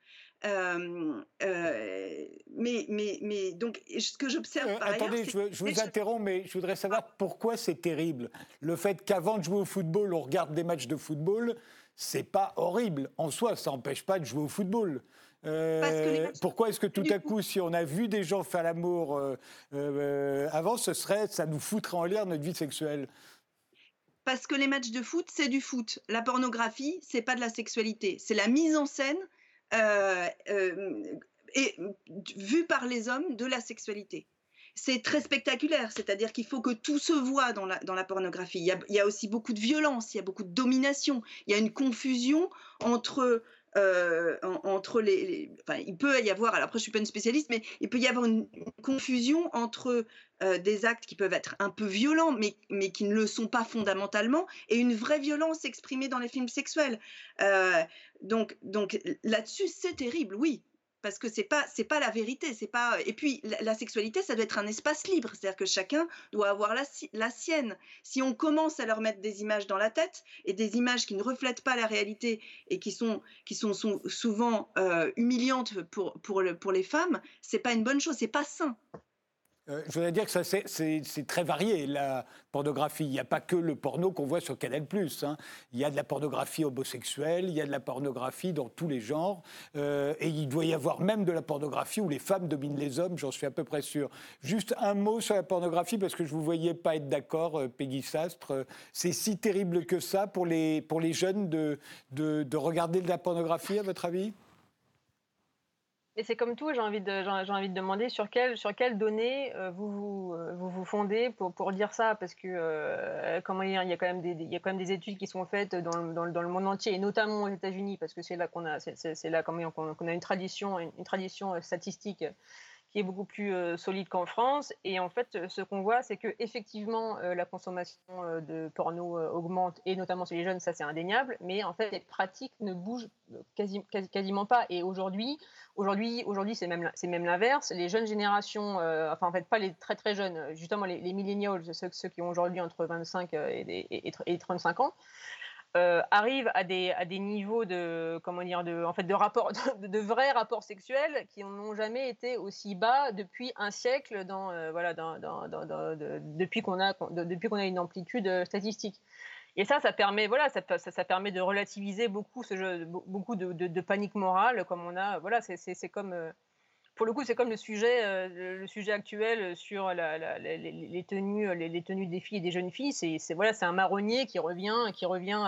Mais donc, ce que j'observe par ailleurs... Attendez, je vous interromps, mais je voudrais savoir pourquoi c'est terrible. Le fait qu'avant de jouer au football, on regarde des matchs de football, c'est pas horrible. En soi, ça n'empêche pas de jouer au football. Pourquoi est-ce que tout à coup, si on a vu des gens faire l'amour avant, ça nous foutrait en l'air notre vie sexuelle? Parce que les matchs de foot, c'est du foot. La pornographie, c'est pas de la sexualité. C'est la mise en scène et vue par les hommes de la sexualité. C'est très spectaculaire, c'est-à-dire qu'il faut que tout se voit dans la pornographie. Il y a aussi beaucoup de violence, il y a beaucoup de domination, il y a une confusion entre enfin, il peut y avoir, alors après je suis pas une spécialiste, mais il peut y avoir une confusion entre des actes qui peuvent être un peu violents, mais qui ne le sont pas fondamentalement, et une vraie violence exprimée dans les films sexuels. Donc là-dessus, c'est terrible, oui. Parce que c'est pas la vérité, c'est pas. Et puis la sexualité, ça doit être un espace libre, c'est-à-dire que chacun doit avoir la sienne. Si on commence à leur mettre des images dans la tête, et des images qui ne reflètent pas la réalité et qui sont souvent humiliantes pour les femmes, c'est pas une bonne chose, c'est pas sain. Je voudrais dire que ça, c'est très varié, la pornographie. Il n'y a pas que le porno qu'on voit sur Canal+. Hein. Il y a de la pornographie homosexuelle, il y a de la pornographie dans tous les genres. Et il doit y avoir même de la pornographie où les femmes dominent les hommes, j'en suis à peu près sûr. Juste un mot sur la pornographie, parce que je ne vous voyais pas être d'accord, Peggy Sastre. C'est si terrible que ça pour les jeunes de regarder de la pornographie, à votre avis ? Et c'est comme tout, j'ai envie de demander sur quelles données vous fondez pour dire ça, parce que comment dire, il y a quand même des études qui sont faites dans le monde entier, et notamment aux États-Unis, parce que c'est là qu'on a une tradition statistique qui est beaucoup plus solide qu'en France. Et en fait, ce qu'on voit, c'est que effectivement la consommation de porno augmente, et notamment chez les jeunes, ça c'est indéniable. Mais en fait, les pratiques ne bougent quasiment pas. Et aujourd'hui, c'est même l'inverse. Les jeunes générations, enfin en fait pas les très très jeunes, justement les millennials, ceux qui ont aujourd'hui entre 25 et 35 ans, arrivent à des niveaux de vrais rapports sexuels qui n'ont jamais été aussi bas depuis un siècle depuis qu'on a une amplitude statistique. Et ça permet de relativiser beaucoup beaucoup de panique morale, comme on a. Voilà, c'est comme pour le coup, c'est comme le sujet actuel sur les tenues des filles et des jeunes filles. C'est un marronnier qui revient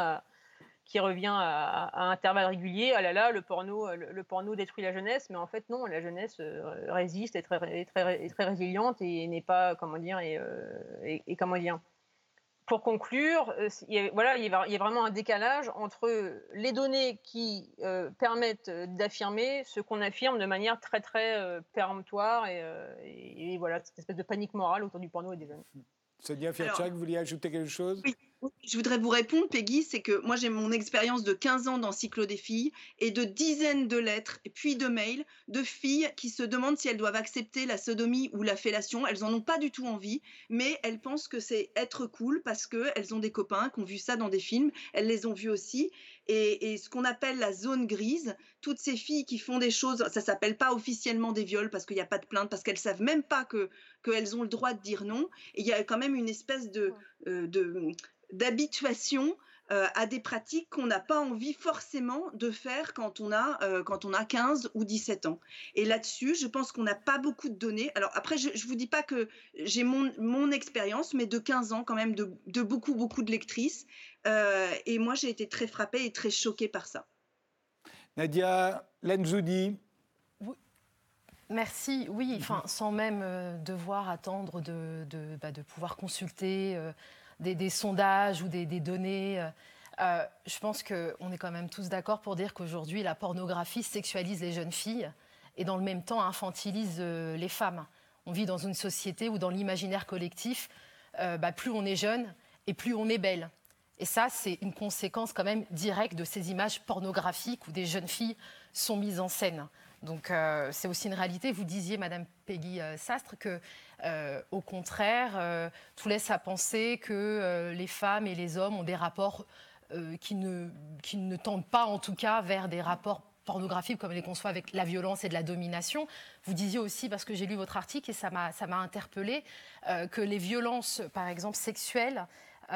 à intervalles réguliers. Ah là là, le porno détruit la jeunesse, mais en fait non, la jeunesse résiste, est très résiliente et n'est pas, comment dire, et comment dire. Pour conclure, il y a vraiment un décalage entre les données qui permettent d'affirmer ce qu'on affirme de manière très très péremptoire et voilà, cette espèce de panique morale autour du porno et des jeunes. Sonia Firtchak, vous vouliez ajouter quelque chose ? Oui, je voudrais vous répondre, Peggy, c'est que moi j'ai mon expérience de 15 ans dans Cyclo des filles et de dizaines de lettres et puis de mails de filles qui se demandent si elles doivent accepter la sodomie ou la fellation. Elles en ont pas du tout envie, mais elles pensent que c'est être cool parce qu'elles ont des copains qui ont vu ça dans des films, elles les ont vus aussi. Et ce qu'on appelle la zone grise, toutes ces filles qui font des choses, ça s'appelle pas officiellement des viols parce qu'il n'y a pas de plainte, parce qu'elles savent même pas qu'elles ont le droit de dire non. Et il y a quand même une espèce d'habituation à des pratiques qu'on n'a pas envie forcément de faire quand on a 15 ou 17 ans. Et là-dessus, je pense qu'on n'a pas beaucoup de données. Alors après, je ne vous dis pas que j'ai mon expérience, mais de 15 ans quand même, de beaucoup, beaucoup de lectrices. Et moi, j'ai été très frappée et très choquée par ça. Nadia Lanzoudi. Oui. Merci. Oui, sans même devoir attendre de pouvoir consulter des sondages ou des données. Je pense qu'on est quand même tous d'accord pour dire qu'aujourd'hui, la pornographie sexualise les jeunes filles et dans le même temps infantilise les femmes. On vit dans une société où dans l'imaginaire collectif, plus on est jeune et plus on est belle. Et ça, c'est une conséquence quand même directe de ces images pornographiques où des jeunes filles sont mises en scène. Donc c'est aussi une réalité. Vous disiez, Madame Peggy Sastre, que au contraire, tout laisse à penser que les femmes et les hommes ont des rapports qui ne tendent pas, en tout cas, vers des rapports pornographiques comme on les conçoit avec la violence et de la domination. Vous disiez aussi, parce que j'ai lu votre article et ça m'a interpellée, que les violences, par exemple sexuelles,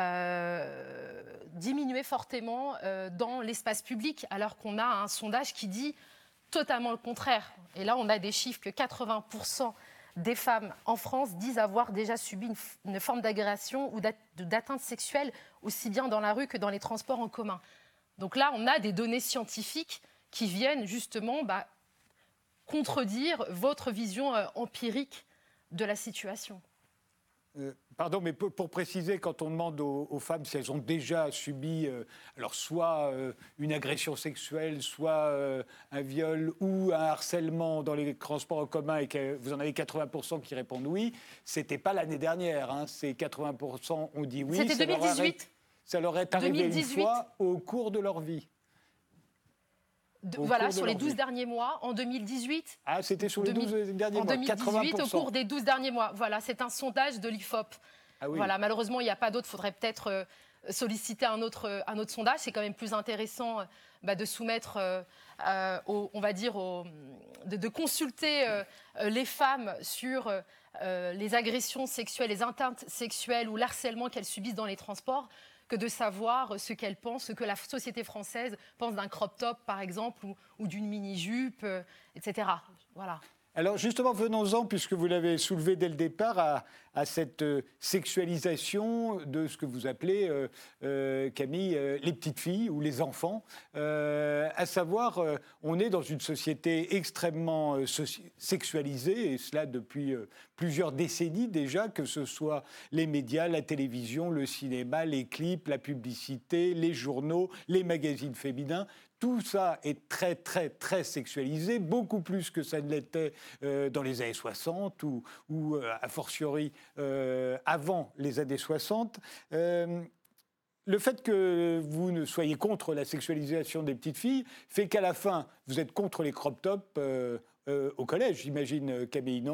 diminuaient fortement dans l'espace public, alors qu'on a un sondage qui dit totalement le contraire. Et là, on a des chiffres que 80% des femmes en France disent avoir déjà subi une forme d'agression ou d'atteinte sexuelle, aussi bien dans la rue que dans les transports en commun. Donc là, on a des données scientifiques qui viennent justement contredire votre vision empirique de la situation. Pardon, mais pour préciser, quand on demande aux femmes si elles ont déjà subi alors soit une agression sexuelle, soit un viol ou un harcèlement dans les transports en commun, et que vous en avez 80% qui répondent oui, c'était pas l'année dernière, hein, ces 80% ont dit oui. C'était 2018. Ça leur est arrivé 2018. Une fois au cours de leur vie. Voilà, sur les 12 derniers mois, en 2018. Ah, c'était sur les 12 derniers mois, 2018, 80%. au cours des 12 derniers mois. Voilà, c'est un sondage de l'IFOP. Ah oui. Voilà, malheureusement, il n'y a pas d'autre. Il faudrait peut-être solliciter un autre sondage. C'est quand même plus intéressant de soumettre, de consulter les femmes sur les agressions sexuelles, les atteintes sexuelles ou l'harcèlement qu'elles subissent dans les transports que de savoir ce qu'elles pensent, ce que la société française pense d'un crop top, par exemple, ou d'une mini-jupe, etc. Voilà. Alors justement, venons-en, puisque vous l'avez soulevé dès le départ, à cette sexualisation de ce que vous appelez, Camille, les petites filles ou les enfants. À savoir, on est dans une société extrêmement sexualisée, et cela depuis plusieurs décennies déjà, que ce soit les médias, la télévision, le cinéma, les clips, la publicité, les journaux, les magazines féminins. Tout ça est très, très, très sexualisé, beaucoup plus que ça ne l'était dans les années 60 ou a fortiori avant les années 60. Le fait que vous ne soyez contre la sexualisation des petites filles fait qu'à la fin, vous êtes contre les crop tops au collège, j'imagine, Camille, non ?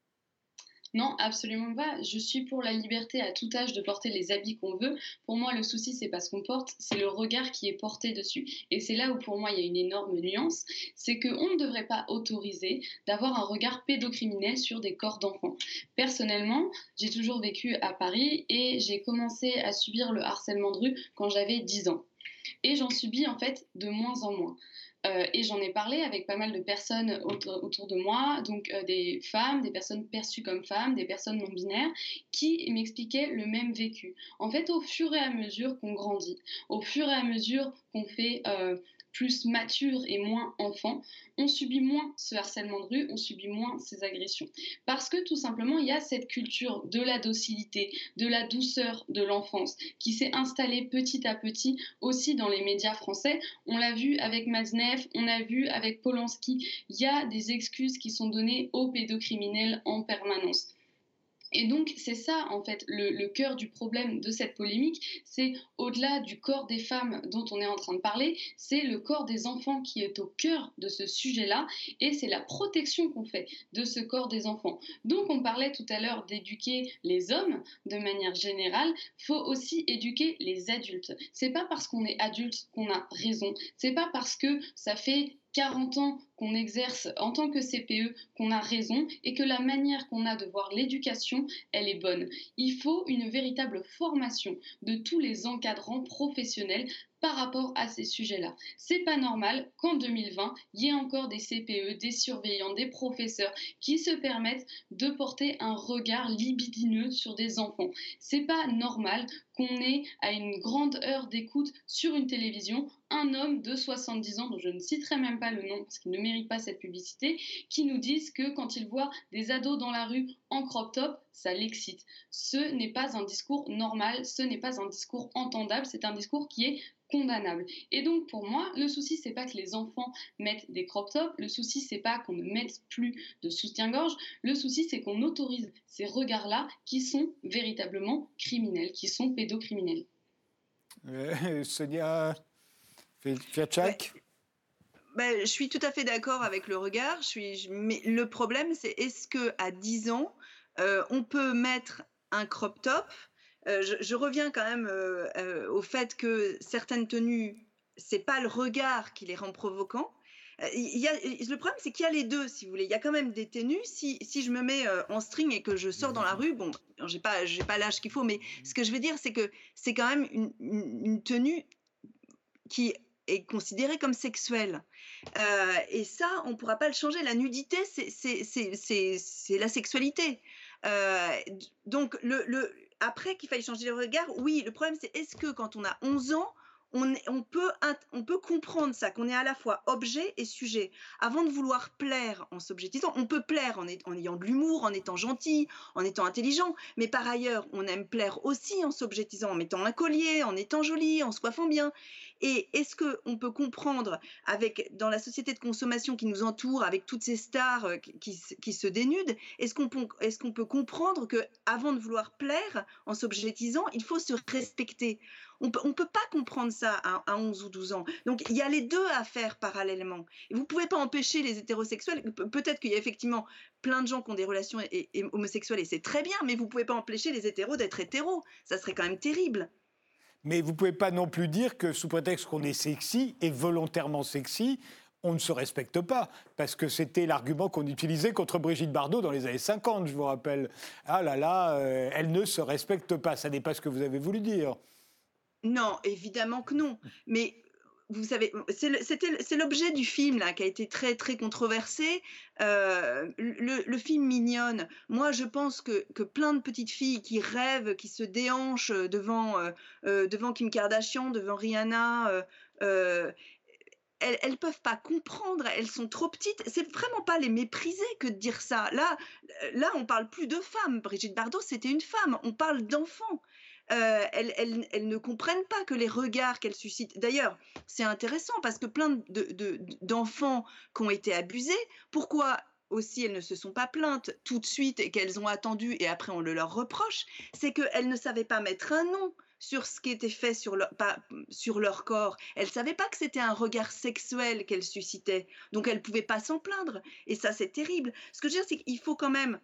Non, absolument pas. Je suis pour la liberté à tout âge de porter les habits qu'on veut. Pour moi, le souci, c'est pas ce qu'on porte, c'est le regard qui est porté dessus. Et c'est là où, pour moi, il y a une énorme nuance. C'est qu'on ne devrait pas autoriser d'avoir un regard pédocriminel sur des corps d'enfants. Personnellement, j'ai toujours vécu à Paris et j'ai commencé à subir le harcèlement de rue quand j'avais 10 ans. Et j'en subis, en fait, de moins en moins. Et j'en ai parlé avec pas mal de personnes autour de moi, donc des femmes, des personnes perçues comme femmes, des personnes non binaires, qui m'expliquaient le même vécu. En fait, au fur et à mesure qu'on grandit, au fur et à mesure qu'on fait plus mature et moins enfant, on subit moins ce harcèlement de rue, on subit moins ces agressions. Parce que tout simplement, il y a cette culture de la docilité, de la douceur de l'enfance qui s'est installée petit à petit aussi dans les médias français. On l'a vu avec Matzneff, on l'a vu avec Polanski. Il y a des excuses qui sont données aux pédocriminels en permanence. Et donc, c'est ça, en fait, le cœur du problème de cette polémique, c'est au-delà du corps des femmes dont on est en train de parler, c'est le corps des enfants qui est au cœur de ce sujet-là, et c'est la protection qu'on fait de ce corps des enfants. Donc, on parlait tout à l'heure d'éduquer les hommes de manière générale, il faut aussi éduquer les adultes. C'est pas parce qu'on est adulte qu'on a raison, c'est pas parce que ça fait 40 ans qu'on exerce en tant que CPE, qu'on a raison et que la manière qu'on a de voir l'éducation, elle est bonne. Il faut une véritable formation de tous les encadrants professionnels par rapport à ces sujets-là. C'est pas normal qu'en 2020, il y ait encore des CPE, des surveillants, des professeurs qui se permettent de porter un regard libidineux sur des enfants. C'est pas normal qu'on ait à une grande heure d'écoute sur une télévision un homme de 70 ans, dont je ne citerai même pas le nom parce qu'il ne mérite pas cette publicité, qui nous disent que quand il voit des ados dans la rue en crop top, ça l'excite. Ce n'est pas un discours normal, ce n'est pas un discours entendable, c'est un discours qui est condamnable. Et donc pour moi, le souci c'est pas que les enfants mettent des crop tops, le souci c'est pas qu'on ne mette plus de soutien-gorge, le souci c'est qu'on autorise ces regards-là qui sont véritablement criminels, qui sont pédocriminels. Sonia Fiatchak. Je suis tout à fait d'accord avec le regard, mais le problème c'est est-ce qu'à 10 ans, on peut mettre un crop top. Je reviens quand même au fait que certaines tenues, c'est pas le regard qui les rend provocants. Le problème, c'est qu'il y a les deux, si vous voulez. Il y a quand même des tenues. Si je me mets en string et que je sors dans la rue, bon, j'ai pas l'âge qu'il faut, mais ce que je veux dire, c'est que c'est quand même une tenue qui est considérée comme sexuelle. Et ça, on ne pourra pas le changer. La nudité, c'est la sexualité. Donc, après qu'il faille changer le regard, oui, le problème c'est est-ce que quand on a 11 ans, on peut comprendre ça, qu'on est à la fois objet et sujet. Avant de vouloir plaire en s'objectisant, on peut plaire en ayant de l'humour, en étant gentil, en étant intelligent, mais par ailleurs, on aime plaire aussi en s'objectisant, en mettant un collier, en étant joli, en se coiffant bien. Et est-ce qu'on peut comprendre, dans la société de consommation qui nous entoure, avec toutes ces stars qui se dénudent, est-ce qu'on peut comprendre qu'avant de vouloir plaire en s'objectisant, il faut se respecter ? On ne peut pas comprendre ça à 11 ou 12 ans. Donc, il y a les deux à faire parallèlement. Et vous ne pouvez pas empêcher les hétérosexuels. Peut-être qu'il y a effectivement plein de gens qui ont des relations homosexuelles et c'est très bien, mais vous ne pouvez pas empêcher les hétéros d'être hétéros. Ça serait quand même terrible. Mais vous ne pouvez pas non plus dire que sous prétexte qu'on est sexy et volontairement sexy, on ne se respecte pas, parce que c'était l'argument qu'on utilisait contre Brigitte Bardot dans les années 50, je vous rappelle. Ah là là, elle ne se respecte pas, ça n'est pas ce que vous avez voulu dire. Non, évidemment que non. Mais vous savez, c'est l'objet du film là qui a été très très controversé. Le film Mignonne. Moi, je pense que plein de petites filles qui rêvent, qui se déhanchent devant Kim Kardashian, devant Rihanna. Elles peuvent pas comprendre, elles sont trop petites. C'est vraiment pas les mépriser que de dire ça. Là, on parle plus de femmes. Brigitte Bardot, c'était une femme. On parle d'enfants. Elles ne comprennent pas que les regards qu'elles suscitent. D'ailleurs, c'est intéressant parce que plein d'enfants qui ont été abusés, pourquoi aussi elles ne se sont pas plaintes tout de suite et qu'elles ont attendu et après on le leur reproche, c'est qu'elles ne savaient pas mettre un nom sur ce qui était fait sur leur corps. Elles ne savaient pas que c'était un regard sexuel qu'elles suscitaient. Donc elles ne pouvaient pas s'en plaindre. Et ça, c'est terrible. Ce que je veux dire, c'est qu'il faut quand même...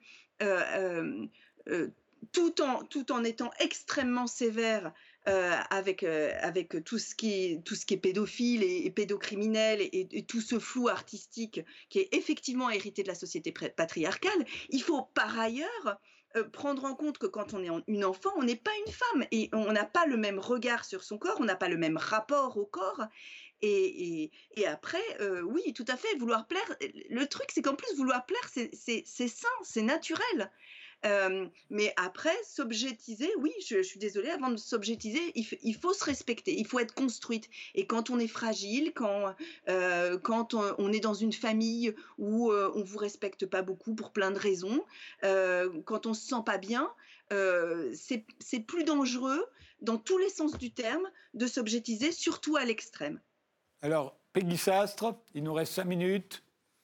tout en étant extrêmement sévère avec tout ce qui est pédophile et pédocriminel et tout ce flou artistique qui est effectivement hérité de la société patriarcale, il faut par ailleurs prendre en compte que quand on est une enfant, on n'est pas une femme et on n'a pas le même regard sur son corps, on n'a pas le même rapport au corps. Et après, oui, tout à fait, vouloir plaire. Le truc, c'est qu'en plus, vouloir plaire, c'est sain, c'est naturel. Mais après, s'objectiser, oui, je suis désolée, avant de s'objectiser, il faut se respecter, il faut être construite. Et quand on est fragile, quand on est dans une famille où on ne vous respecte pas beaucoup pour plein de raisons, quand on ne se sent pas bien, c'est plus dangereux, dans tous les sens du terme, de s'objectiser, surtout à l'extrême. Alors, Peggy Sastre, il nous reste 5 minutes.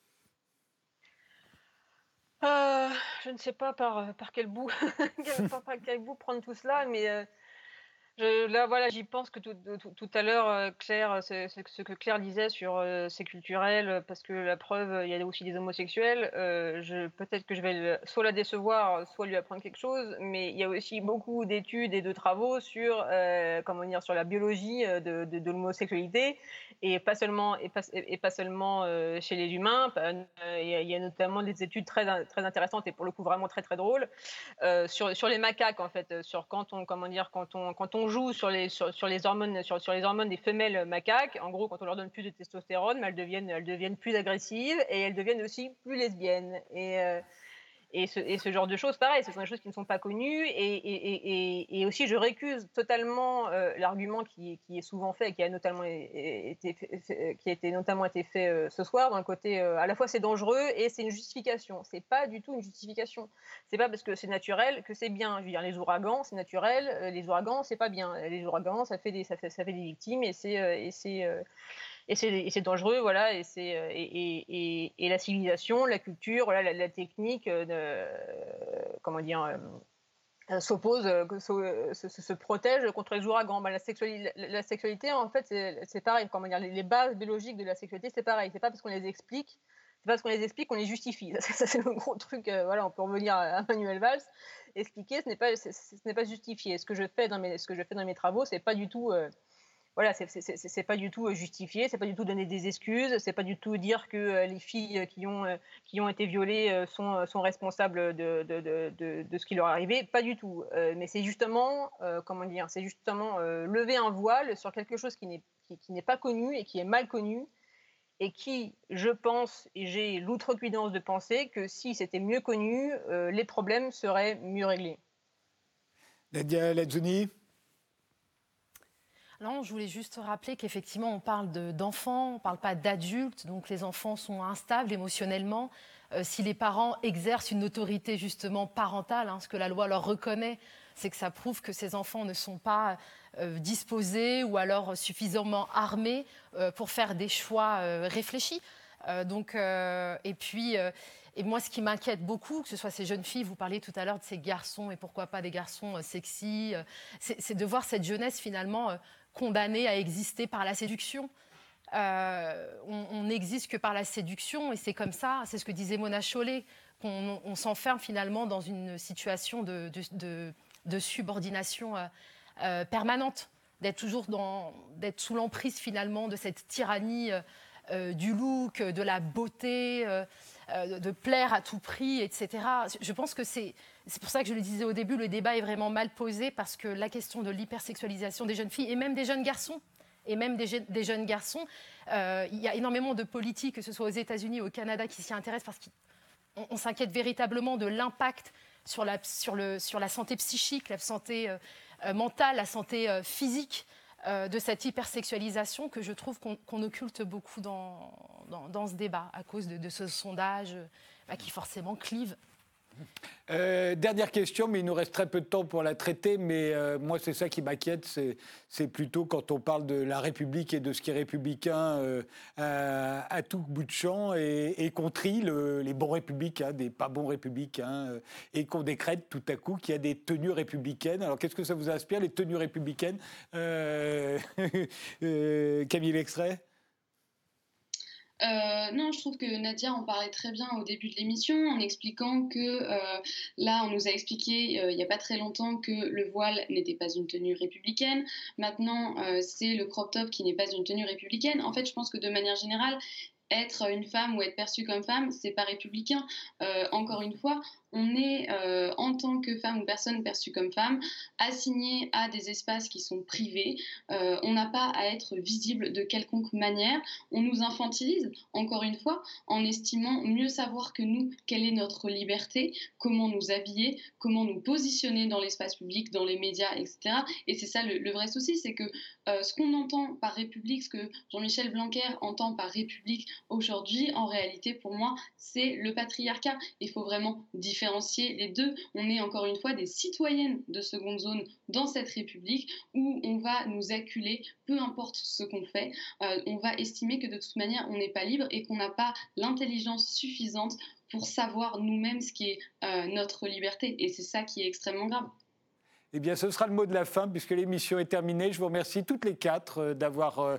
Je ne sais pas par quel bout, par quel bout prendre tout cela, mais là, voilà, j'y pense que tout à l'heure, Claire, ce que Claire disait sur c'est culturel, parce que la preuve, il y a aussi des homosexuels. Peut-être que je vais soit la décevoir, soit lui apprendre quelque chose, mais il y a aussi beaucoup d'études et de travaux sur, sur la biologie de l'homosexualité, et pas seulement chez les humains. Il y a notamment des études très intéressantes et pour le coup vraiment très très drôles sur les macaques, en fait, sur quand on joue sur les hormones des femelles macaques. En gros, quand on leur donne plus de testostérone, elles deviennent plus agressives et elles deviennent aussi plus lesbiennes. Et ce genre de choses, pareil, ce sont des choses qui ne sont pas connues. Et aussi, je récuse totalement l'argument qui est souvent fait et qui a notamment été fait ce soir, d'un côté, à la fois c'est dangereux et c'est une justification. C'est pas du tout une justification. C'est pas parce que c'est naturel que c'est bien. Je veux dire, les ouragans, c'est naturel. Les ouragans, c'est pas bien. Les ouragans, ça fait des victimes et c'est dangereux, voilà, et la civilisation, la culture, voilà, la technique, s'oppose, se protège contre les ouragans. La sexualité, en fait, c'est pareil. Les bases biologiques de la sexualité, c'est pareil. C'est pas parce qu'on les explique, qu'on les justifie. Ça, c'est le gros truc. Voilà, on peut revenir à Manuel Valls. Expliquer, ce n'est pas justifier. Ce que je fais dans mes travaux, c'est pas du tout. Voilà, c'est pas du tout justifié, c'est pas du tout donner des excuses, c'est pas du tout dire que les filles qui ont été violées sont responsables de ce qui leur est arrivé, pas du tout. Mais c'est justement, lever un voile sur quelque chose qui n'est pas connu et qui est mal connu, et qui, je pense, et j'ai l'outrecuidance de penser que si c'était mieux connu, les problèmes seraient mieux réglés. Nadia Lazouni. Non, je voulais juste rappeler qu'effectivement, on parle d'enfants, on ne parle pas d'adultes. Donc, les enfants sont instables émotionnellement. Si les parents exercent une autorité justement parentale, ce que la loi leur reconnaît, c'est que ça prouve que ces enfants ne sont pas disposés ou alors suffisamment armés pour faire des choix réfléchis. Et moi, ce qui m'inquiète beaucoup, que ce soit ces jeunes filles, vous parliez tout à l'heure de ces garçons et pourquoi pas des garçons sexy, c'est de voir cette jeunesse finalement condamnée à exister par la séduction. On n'existe que par la séduction et c'est comme ça, c'est ce que disait Mona Chollet, qu'on s'enferme finalement dans une situation de subordination permanente, d'être sous l'emprise finalement de cette tyrannie du look, de la beauté, de plaire à tout prix, etc. Je pense que c'est pour ça que je le disais au début, le débat est vraiment mal posé parce que la question de l'hypersexualisation des jeunes filles et même des jeunes garçons, il y a énormément de politiques, que ce soit aux États-Unis ou au Canada, qui s'y intéressent parce qu'on s'inquiète véritablement de l'impact sur la santé psychique, la santé mentale, la santé physique de cette hypersexualisation que je trouve qu'on occulte beaucoup dans ce débat à cause de ce sondage qui forcément clive. Dernière question, mais il nous reste très peu de temps pour la traiter, mais moi c'est ça qui m'inquiète, c'est plutôt quand on parle de la République et de ce qui est républicain à tout bout de champ et qu'on trie les bons républicains, des pas bons républicains, et qu'on décrète tout à coup qu'il y a des tenues républicaines. Alors qu'est-ce que ça vous inspire, les tenues républicaines, Camille Extrait? Non, je trouve que Nadia en parlait très bien au début de l'émission en expliquant que là, on nous a expliqué il n'y a pas très longtemps que le voile n'était pas une tenue républicaine. Maintenant, c'est le crop top qui n'est pas une tenue républicaine. En fait, je pense que de manière générale, être une femme ou être perçue comme femme, c'est pas républicain. Encore une fois, on est, en tant que femme ou personne perçue comme femme, assigné à des espaces qui sont privés. On n'a pas à être visible de quelconque manière. On nous infantilise, encore une fois, en estimant mieux savoir que nous quelle est notre liberté, comment nous habiller, comment nous positionner dans l'espace public, dans les médias, etc. Et c'est ça le vrai souci, c'est que ce qu'on entend par République, ce que Jean-Michel Blanquer entend par République aujourd'hui, en réalité, pour moi, c'est le patriarcat. Il faut vraiment différencier les deux. On est encore une fois des citoyennes de seconde zone dans cette République où on va nous acculer, peu importe ce qu'on fait. On va estimer que de toute manière, on n'est pas libre et qu'on n'a pas l'intelligence suffisante pour savoir nous-mêmes ce qui est notre liberté. Et c'est ça qui est extrêmement grave. Eh bien, ce sera le mot de la fin puisque l'émission est terminée. Je vous remercie toutes les quatre d'avoir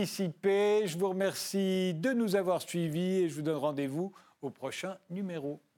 participé. Je vous remercie de nous avoir suivis et je vous donne rendez-vous au prochain numéro.